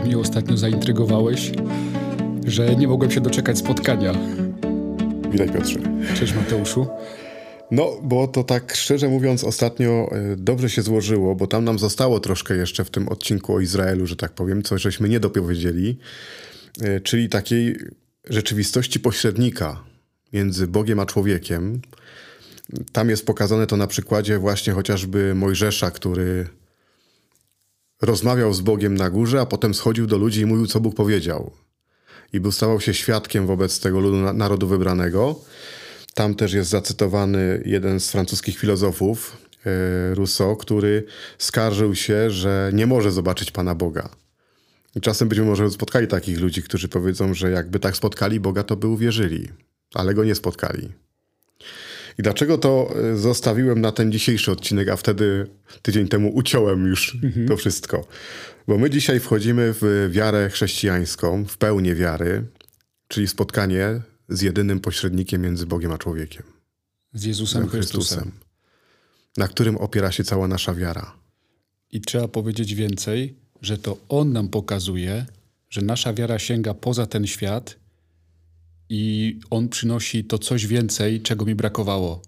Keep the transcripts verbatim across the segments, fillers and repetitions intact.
mnie ostatnio zaintrygowałeś, że nie mogłem się doczekać spotkania. Witaj, Piotrze. Cześć, Mateuszu. No, bo to tak szczerze mówiąc ostatnio y, dobrze się złożyło, bo tam nam zostało troszkę jeszcze w tym odcinku o Izraelu, że tak powiem, coś żeśmy nie dopowiedzieli, y, czyli takiej rzeczywistości pośrednika między Bogiem a człowiekiem. Tam jest pokazane to na przykładzie właśnie chociażby Mojżesza, który rozmawiał z Bogiem na górze, a potem schodził do ludzi i mówił, co Bóg powiedział. I był, stawał się świadkiem wobec tego ludu, narodu wybranego. Tam też jest zacytowany jeden z francuskich filozofów, e, Rousseau, który skarżył się, że nie może zobaczyć Pana Boga. I czasem byśmy może spotkali takich ludzi, którzy powiedzą, że jakby tak spotkali Boga, to by uwierzyli, ale Go nie spotkali. I dlaczego to zostawiłem na ten dzisiejszy odcinek, a wtedy tydzień temu uciąłem już mhm. to wszystko? Bo my dzisiaj wchodzimy w wiarę chrześcijańską, w pełnię wiary, czyli spotkanie z jedynym pośrednikiem między Bogiem a człowiekiem. Z Jezusem Chrystusem. Chrystusem, na którym opiera się cała nasza wiara. I trzeba powiedzieć więcej, że to On nam pokazuje, że nasza wiara sięga poza ten świat i On przynosi to coś więcej, czego mi brakowało.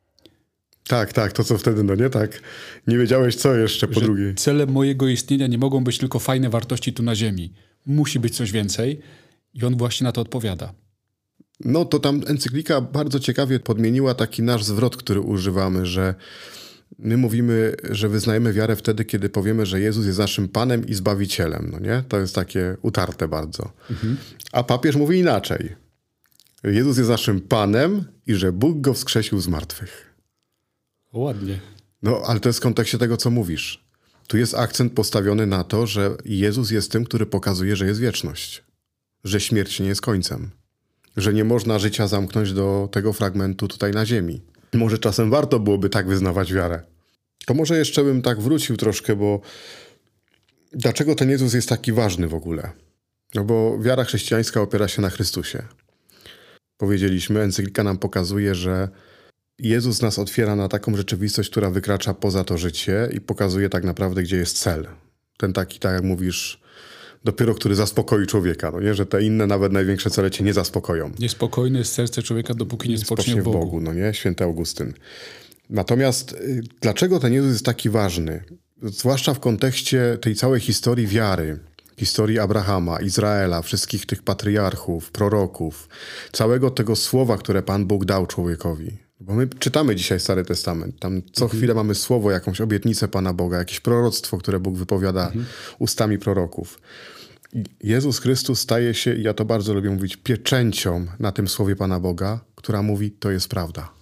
Tak, tak, to co wtedy, no nie tak. Nie wiedziałeś co jeszcze po że drugiej. Celem mojego istnienia nie mogą być tylko fajne wartości tu na ziemi. Musi być coś więcej i On właśnie na to odpowiada. No to tam encyklika bardzo ciekawie podmieniła taki nasz zwrot, który używamy, że my mówimy, że wyznajemy wiarę wtedy, kiedy powiemy, że Jezus jest naszym Panem i Zbawicielem, no nie? To jest takie utarte bardzo. Mhm. A papież mówi inaczej. Jezus jest naszym Panem i że Bóg Go wskrzesił z martwych. Ładnie. No, ale to jest w kontekście tego, co mówisz. Tu jest akcent postawiony na to, że Jezus jest tym, który pokazuje, że jest wieczność. Że śmierć nie jest końcem. Że nie można życia zamknąć do tego fragmentu tutaj na ziemi. Może czasem warto byłoby tak wyznawać wiarę. To może jeszcze bym tak wrócił troszkę, bo dlaczego ten Jezus jest taki ważny w ogóle? No bo wiara chrześcijańska opiera się na Chrystusie. Powiedzieliśmy, encyklika nam pokazuje, że Jezus nas otwiera na taką rzeczywistość, która wykracza poza to życie i pokazuje tak naprawdę, gdzie jest cel. Ten taki, tak jak mówisz, dopiero który zaspokoi człowieka. No nie? Że te inne, nawet największe cele cię nie zaspokoją. Niespokojne jest serce człowieka, dopóki nie spocznie, spocznie w Bogu. w Bogu. No nie? Święty Augustyn. Natomiast y, dlaczego ten Jezus jest taki ważny? Zwłaszcza w kontekście tej całej historii wiary. Historii Abrahama, Izraela, wszystkich tych patriarchów, proroków. Całego tego słowa, które Pan Bóg dał człowiekowi. Bo my czytamy dzisiaj Stary Testament. Tam co mhm. chwilę mamy słowo, jakąś obietnicę Pana Boga, jakieś proroctwo, które Bóg wypowiada mhm. ustami proroków. I Jezus Chrystus staje się, i ja to bardzo lubię mówić, pieczęcią na tym słowie Pana Boga, która mówi, to jest prawda.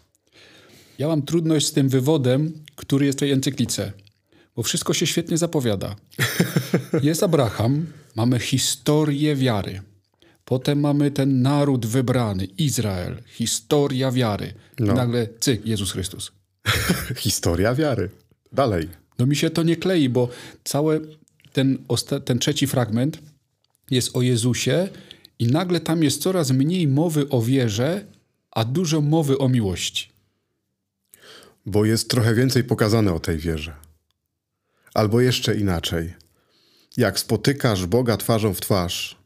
Ja mam trudność z tym wywodem, który jest w tej encyklice, bo wszystko się świetnie zapowiada. Jest Abraham, mamy historię wiary. Potem mamy ten naród wybrany, Izrael, historia wiary. No. I nagle, cyk, Jezus Chrystus. Historia wiary. Dalej. No mi się to nie klei, bo cały ten, osta- ten trzeci fragment jest o Jezusie i nagle tam jest coraz mniej mowy o wierze, a dużo mowy o miłości. Bo jest trochę więcej pokazane o tej wierze. Albo jeszcze inaczej. Jak spotykasz Boga twarzą w twarz,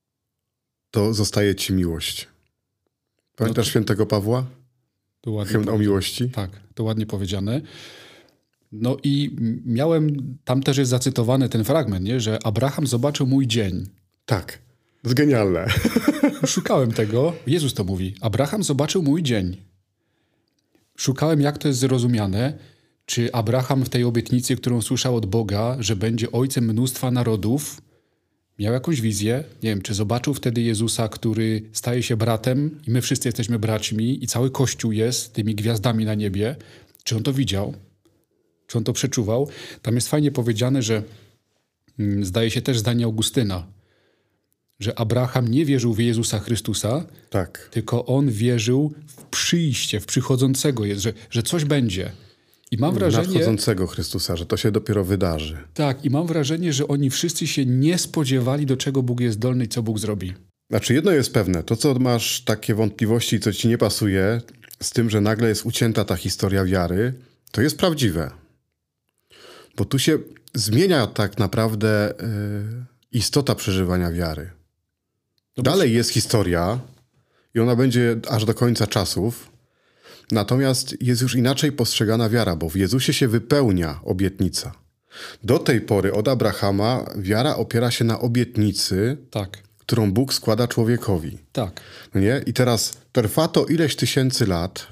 to zostaje ci miłość. Pamiętasz no to, świętego Pawła? To ładnie Hymn o miłości? Tak, to ładnie powiedziane. No i miałem, tam też jest zacytowany ten fragment, nie? Że Abraham zobaczył mój dzień. Tak, to jest genialne. Szukałem tego, Jezus to mówi, Abraham zobaczył mój dzień. Szukałem, jak to jest zrozumiane, czy Abraham w tej obietnicy, którą słyszał od Boga, że będzie ojcem mnóstwa narodów, miał jakąś wizję, nie wiem, czy zobaczył wtedy Jezusa, który staje się bratem i my wszyscy jesteśmy braćmi i cały Kościół jest tymi gwiazdami na niebie. Czy on to widział? Czy on to przeczuwał? Tam jest fajnie powiedziane, że hmm, zdaje się też zdanie Augustyna, że Abraham nie wierzył w Jezusa Chrystusa, tak. tylko on wierzył w przyjście, w przychodzącego, jest, że, że coś będzie. I mam wrażenie, nadchodzącego Chrystusa, że to się dopiero wydarzy. Tak, i mam wrażenie, że oni wszyscy się nie spodziewali, do czego Bóg jest zdolny i co Bóg zrobi. Znaczy jedno jest pewne, to co masz takie wątpliwości, co ci nie pasuje, z tym, że nagle jest ucięta ta historia wiary, to jest prawdziwe. Bo tu się zmienia tak naprawdę istota przeżywania wiary. No Dalej jest historia i ona będzie aż do końca czasów, natomiast jest już inaczej postrzegana wiara, bo w Jezusie się wypełnia obietnica. Do tej pory od Abrahama wiara opiera się na obietnicy, Tak, którą Bóg składa człowiekowi. tak. No nie? I teraz trwa to ileś tysięcy lat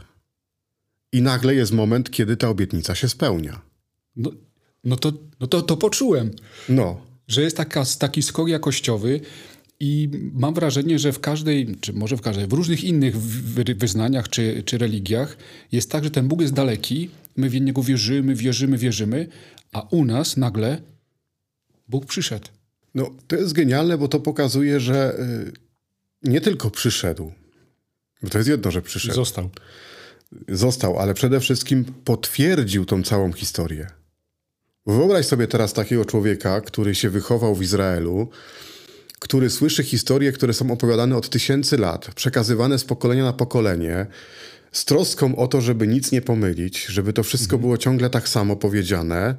i nagle jest moment, kiedy ta obietnica się spełnia. No, no, to, no to, to poczułem, No, że jest taka, taki skok jakościowy i mam wrażenie, że w każdej, czy może w każdej, w różnych innych wy- wyznaniach czy, czy religiach jest tak, że ten Bóg jest daleki, my w Niego wierzymy, wierzymy, wierzymy, a u nas nagle Bóg przyszedł. no to jest genialne, bo to pokazuje, że y, nie tylko przyszedł, bo to jest jedno, że przyszedł, Został. został, ale przede wszystkim potwierdził tą całą historię. Wyobraź sobie teraz takiego człowieka, który się wychował w Izraelu, który słyszy historie, które są opowiadane od tysięcy lat, przekazywane z pokolenia na pokolenie, z troską o to, żeby nic nie pomylić, żeby to wszystko było ciągle tak samo powiedziane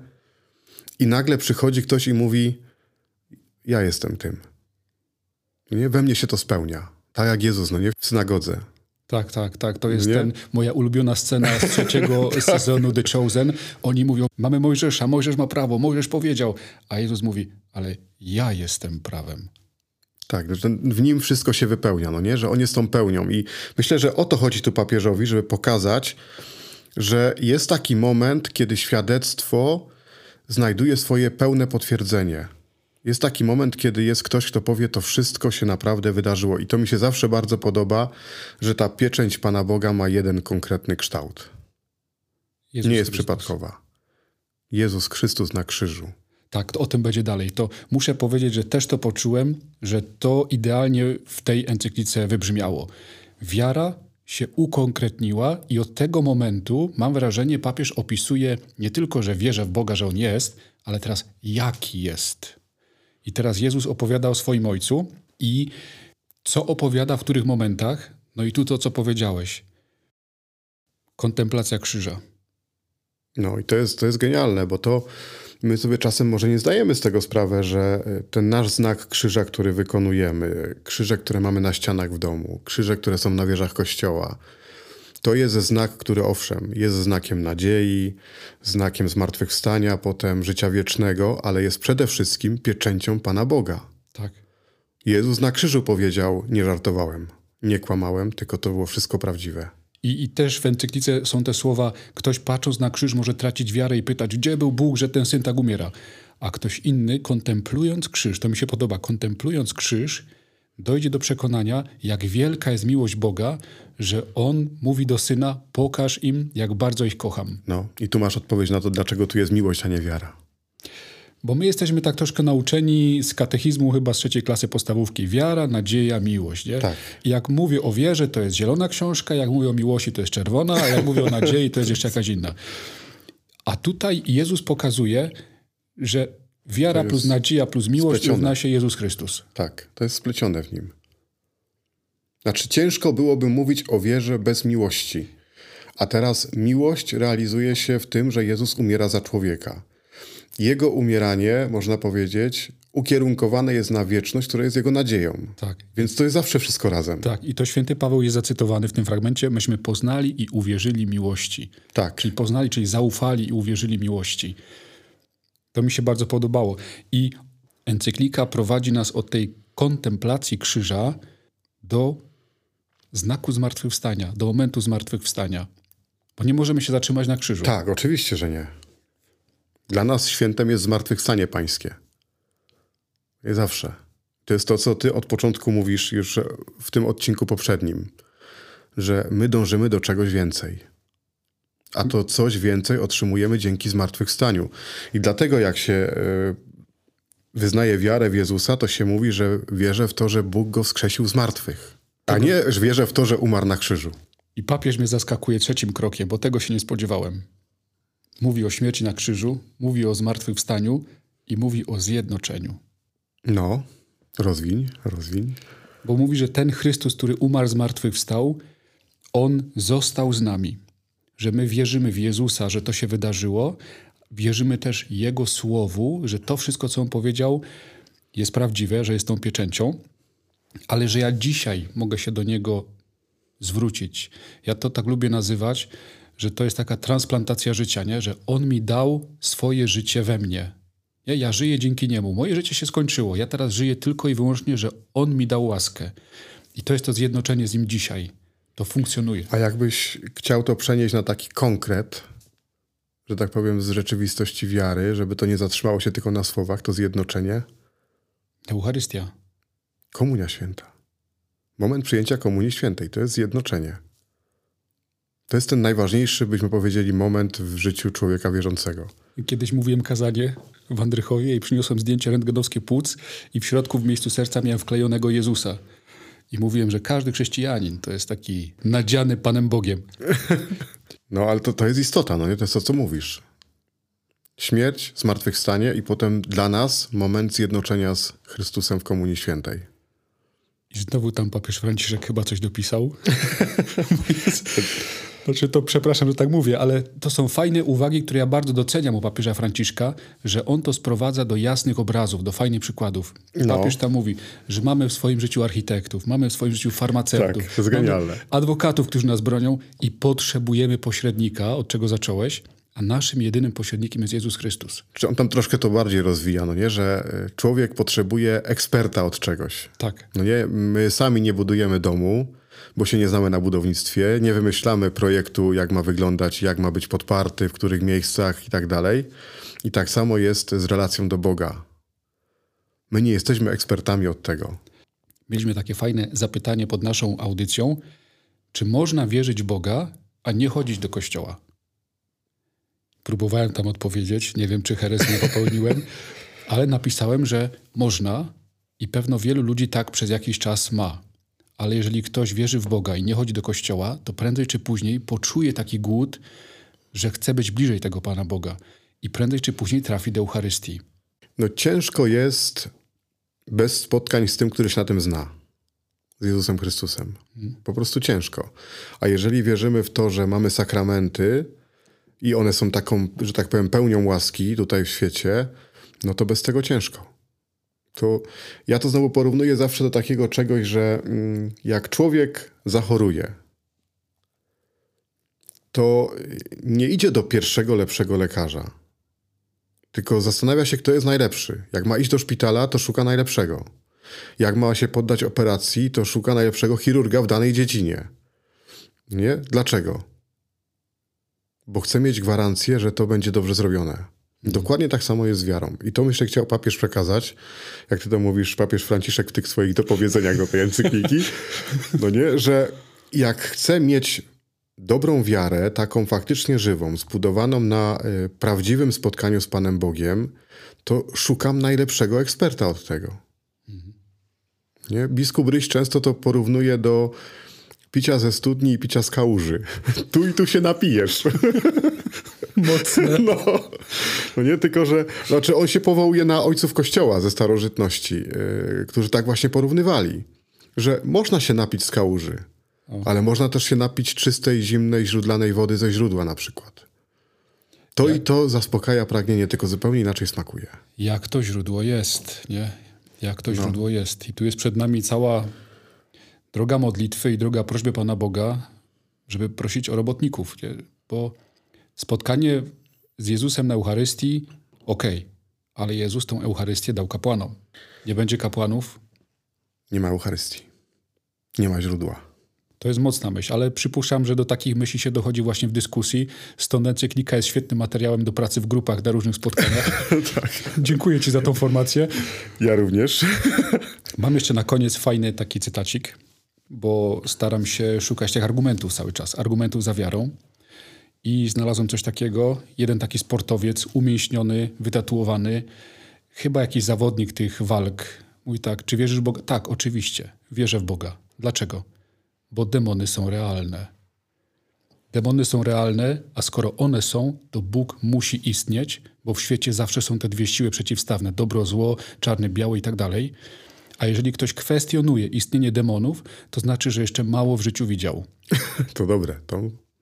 i nagle przychodzi ktoś i mówi: ja jestem tym. Nie? We mnie się to spełnia. Tak jak Jezus, no nie? W synagodze. Tak, tak, tak. To jest Nie? ten, moja ulubiona scena z trzeciego sezonu The Chosen. Oni mówią, mamy Mojżesza, Mojżesz ma prawo, Mojżesz powiedział. A Jezus mówi, ale ja jestem prawem. Tak, że w nim wszystko się wypełnia, no nie? Że on jest tą pełnią. I myślę, że o to chodzi tu papieżowi, żeby pokazać, że jest taki moment, kiedy świadectwo znajduje swoje pełne potwierdzenie. Jest taki moment, kiedy jest ktoś, kto powie, to wszystko się naprawdę wydarzyło. I to mi się zawsze bardzo podoba, że ta pieczęć Pana Boga ma jeden konkretny kształt. Jezus Nie jest Chrystus. przypadkowa. Jezus Chrystus na krzyżu. Tak, to o tym będzie dalej. To muszę powiedzieć, że też to poczułem, że to idealnie w tej encyklice wybrzmiało. Wiara się ukonkretniła i od tego momentu, mam wrażenie, papież opisuje nie tylko, że wierzę w Boga, że On jest, ale teraz jaki jest. I teraz Jezus opowiada o swoim Ojcu i co opowiada w których momentach. No i tu to, co powiedziałeś. Kontemplacja krzyża. No i to jest, to jest genialne, bo to my sobie czasem może nie zdajemy z tego sprawę, że ten nasz znak krzyża, który wykonujemy, krzyże, które mamy na ścianach w domu, krzyże, które są na wieżach kościoła, to jest znak, który owszem, jest znakiem nadziei, znakiem zmartwychwstania, potem życia wiecznego, ale jest przede wszystkim pieczęcią Pana Boga. Tak. Jezus na krzyżu powiedział, nie żartowałem, nie kłamałem, tylko to było wszystko prawdziwe. I, I też w encyklice są te słowa, ktoś patrząc na krzyż może tracić wiarę i pytać, gdzie był Bóg, że ten syn tak umiera. A ktoś inny, kontemplując krzyż, to mi się podoba, kontemplując krzyż, dojdzie do przekonania, jak wielka jest miłość Boga, że On mówi do Syna, pokaż im, jak bardzo ich kocham. No i tu masz odpowiedź na to, dlaczego tu jest miłość, a nie wiara. Bo my jesteśmy tak troszkę nauczeni z katechizmu chyba z trzeciej klasy podstawówki. Wiara, nadzieja, miłość. Nie? Tak. I jak mówię o wierze, to jest zielona książka, jak mówię o miłości, to jest czerwona, a jak mówię o nadziei, to jest jeszcze jakaś inna. A tutaj Jezus pokazuje, że wiara plus nadzieja plus miłość splecione. równa się Jezus Chrystus. Tak, to jest splecione w nim. Znaczy ciężko byłoby mówić o wierze bez miłości. A teraz miłość realizuje się w tym, że Jezus umiera za człowieka. Jego umieranie, można powiedzieć, ukierunkowane jest na wieczność, która jest jego nadzieją. Tak. Więc to jest zawsze wszystko razem. Tak, i to święty Paweł jest zacytowany w tym fragmencie. Myśmy poznali i uwierzyli miłości. Tak. Czyli poznali, czyli zaufali i uwierzyli miłości. To mi się bardzo podobało. I encyklika prowadzi nas od tej kontemplacji krzyża do znaku zmartwychwstania, do momentu zmartwychwstania. Bo nie możemy się zatrzymać na krzyżu. Tak, oczywiście, że nie. Dla nas świętem jest zmartwychwstanie pańskie. I zawsze. To jest to, co ty od początku mówisz już w tym odcinku poprzednim. Że my dążymy do czegoś więcej. A to coś więcej otrzymujemy dzięki zmartwychwstaniu. I dlatego jak się y, wyznaje wiarę w Jezusa, to się mówi, że wierzę w to, że Bóg go wskrzesił z martwych. A nie, że wierzę w to, że umarł na krzyżu. I papież mnie zaskakuje trzecim krokiem, bo tego się nie spodziewałem. Mówi o śmierci na krzyżu, mówi o zmartwychwstaniu i mówi o zjednoczeniu. No, rozwiń, rozwiń. Bo mówi, że ten Chrystus, który umarł, zmartwychwstał, On został z nami. Że my wierzymy w Jezusa, że to się wydarzyło. Wierzymy też Jego Słowu, że to wszystko, co On powiedział, jest prawdziwe, że jest tą pieczęcią, ale że ja dzisiaj mogę się do Niego zwrócić. Ja to tak lubię nazywać, że to jest taka transplantacja życia, nie? Że On mi dał swoje życie we mnie. Ja, ja żyję dzięki Niemu. Moje życie się skończyło. Ja teraz żyję tylko i wyłącznie, że On mi dał łaskę. I to jest to zjednoczenie z Nim dzisiaj. To funkcjonuje. A jakbyś chciał to przenieść na taki konkret, że tak powiem, z rzeczywistości wiary, żeby to nie zatrzymało się tylko na słowach, to zjednoczenie? Eucharystia. Komunia Święta. Moment przyjęcia Komunii Świętej. To jest zjednoczenie. To jest ten najważniejszy, byśmy powiedzieli, moment w życiu człowieka wierzącego. Kiedyś mówiłem kazanie w Andrychowie i przyniosłem zdjęcie rentgenowskie płuc i w środku w miejscu serca miałem wklejonego Jezusa. I mówiłem, że każdy chrześcijanin to jest taki nadziany Panem Bogiem. No, ale to, to jest istota, no nie? To jest to, co mówisz. Śmierć, zmartwychwstanie i potem dla nas moment zjednoczenia z Chrystusem w Komunii Świętej. I znowu tam papież Franciszek chyba coś dopisał. Znaczy to, przepraszam, że tak mówię, ale to są fajne uwagi, które ja bardzo doceniam u papieża Franciszka, że on to sprowadza do jasnych obrazów, do fajnych przykładów. No. Papież tam mówi, że mamy w swoim życiu architektów, mamy w swoim życiu farmaceutów. Tak, to jest genialne. Adwokatów, którzy nas bronią i potrzebujemy pośrednika, od czego zacząłeś, a naszym jedynym pośrednikiem jest Jezus Chrystus. Czy on tam troszkę to bardziej rozwija, no nie? Że człowiek potrzebuje eksperta od czegoś. Tak. No nie? My sami nie budujemy domu, bo się nie znamy na budownictwie, nie wymyślamy projektu, jak ma wyglądać, jak ma być podparty, w których miejscach i tak dalej. I tak samo jest z relacją do Boga. My nie jesteśmy ekspertami od tego. Mieliśmy takie fajne zapytanie pod naszą audycją, czy można wierzyć w Boga, a nie chodzić do kościoła? Próbowałem tam odpowiedzieć, nie wiem, czy herezję popełniłem, ale napisałem, że można i pewno wielu ludzi tak przez jakiś czas ma. Ale jeżeli ktoś wierzy w Boga i nie chodzi do kościoła, to prędzej czy później poczuje taki głód, że chce być bliżej tego Pana Boga. I prędzej czy później trafi do Eucharystii. No ciężko jest bez spotkań z tym, który się na tym zna. Z Jezusem Chrystusem. Po prostu ciężko. A jeżeli wierzymy w to, że mamy sakramenty i one są taką, że tak powiem, pełnią łaski tutaj w świecie, no to bez tego ciężko. To ja to znowu porównuję zawsze do takiego czegoś, że mm, jak człowiek zachoruje, to nie idzie do pierwszego, lepszego lekarza. Tylko zastanawia się, kto jest najlepszy. Jak ma iść do szpitala, to szuka najlepszego. Jak ma się poddać operacji, to szuka najlepszego chirurga w danej dziedzinie. Nie? Dlaczego? Bo chce mieć gwarancję, że to będzie dobrze zrobione. Dokładnie tak samo jest z wiarą. I to myślę chciał papież przekazać, jak ty to mówisz, papież Franciszek w tych swoich dopowiedzeniach do tej encykliki, no nie, że jak chce mieć dobrą wiarę, taką faktycznie żywą, zbudowaną na y, prawdziwym spotkaniu z Panem Bogiem, to szukam najlepszego eksperta od tego. Mhm. Nie? Biskup Ryś często to porównuje do picia ze studni i picia z kałuży. Tu i tu się napijesz. Mocne. No, no nie, tylko że znaczy on się powołuje na ojców Kościoła ze starożytności, yy, którzy tak właśnie porównywali, że można się napić z kałuży, o. ale można też się napić czystej, zimnej, źródlanej wody ze źródła na przykład. To Jak? i to zaspokaja pragnienie, tylko zupełnie inaczej smakuje. Jak to źródło jest, nie? Jak to źródło no. jest. I tu jest przed nami cała droga modlitwy i droga prośby Pana Boga, żeby prosić o robotników, nie? Bo spotkanie z Jezusem na Eucharystii, okej, okay, ale Jezus tą Eucharystię dał kapłanom. Nie będzie kapłanów. Nie ma Eucharystii. Nie ma źródła. To jest mocna myśl, ale przypuszczam, że do takich myśli się dochodzi właśnie w dyskusji. Stąd encyklika jest świetnym materiałem do pracy w grupach na różnych spotkaniach. Tak. Dziękuję ci za tą informację. Ja również. Mam jeszcze na koniec fajny taki cytacik, bo staram się szukać tych argumentów cały czas. Argumentów za wiarą. I znalazłem coś takiego. Jeden taki sportowiec, umięśniony, wytatuowany, chyba jakiś zawodnik tych walk. Mówi tak, czy wierzysz w Boga? Tak, oczywiście. Wierzę w Boga. Dlaczego? Bo demony są realne. Demony są realne, a skoro one są, to Bóg musi istnieć, bo w świecie zawsze są te dwie siły przeciwstawne. Dobro, zło, czarny, biały i tak dalej. A jeżeli ktoś kwestionuje istnienie demonów, to znaczy, że jeszcze mało w życiu widział. To dobre. To...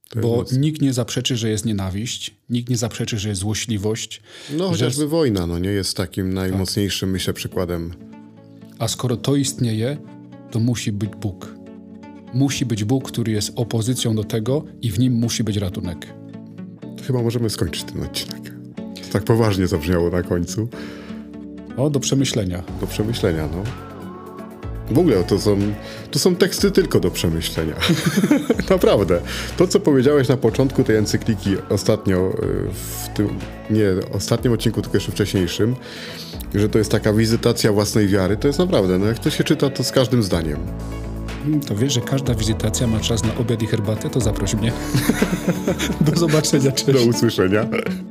To Bo jest... nikt nie zaprzeczy, że jest nienawiść, nikt nie zaprzeczy, że jest złośliwość. No chociażby że... wojna, no nie jest takim najmocniejszym, tak. myślę, przykładem. A skoro to istnieje, to musi być Bóg. Musi być Bóg, który jest opozycją do tego i w nim musi być ratunek. To chyba możemy skończyć ten odcinek. Tak poważnie zabrzmiało na końcu. O, do przemyślenia. Do przemyślenia, no. W ogóle to są, to są teksty tylko do przemyślenia. Naprawdę. To, co powiedziałeś na początku tej encykliki ostatnio, w tym, nie ostatnim odcinku, tylko jeszcze wcześniejszym, że to jest taka wizytacja własnej wiary, to jest naprawdę, no jak to się czyta, to z każdym zdaniem. To wiesz, że każda wizytacja ma czas na obiad i herbatę? To zaproś mnie. Do zobaczenia, cześć. Do usłyszenia.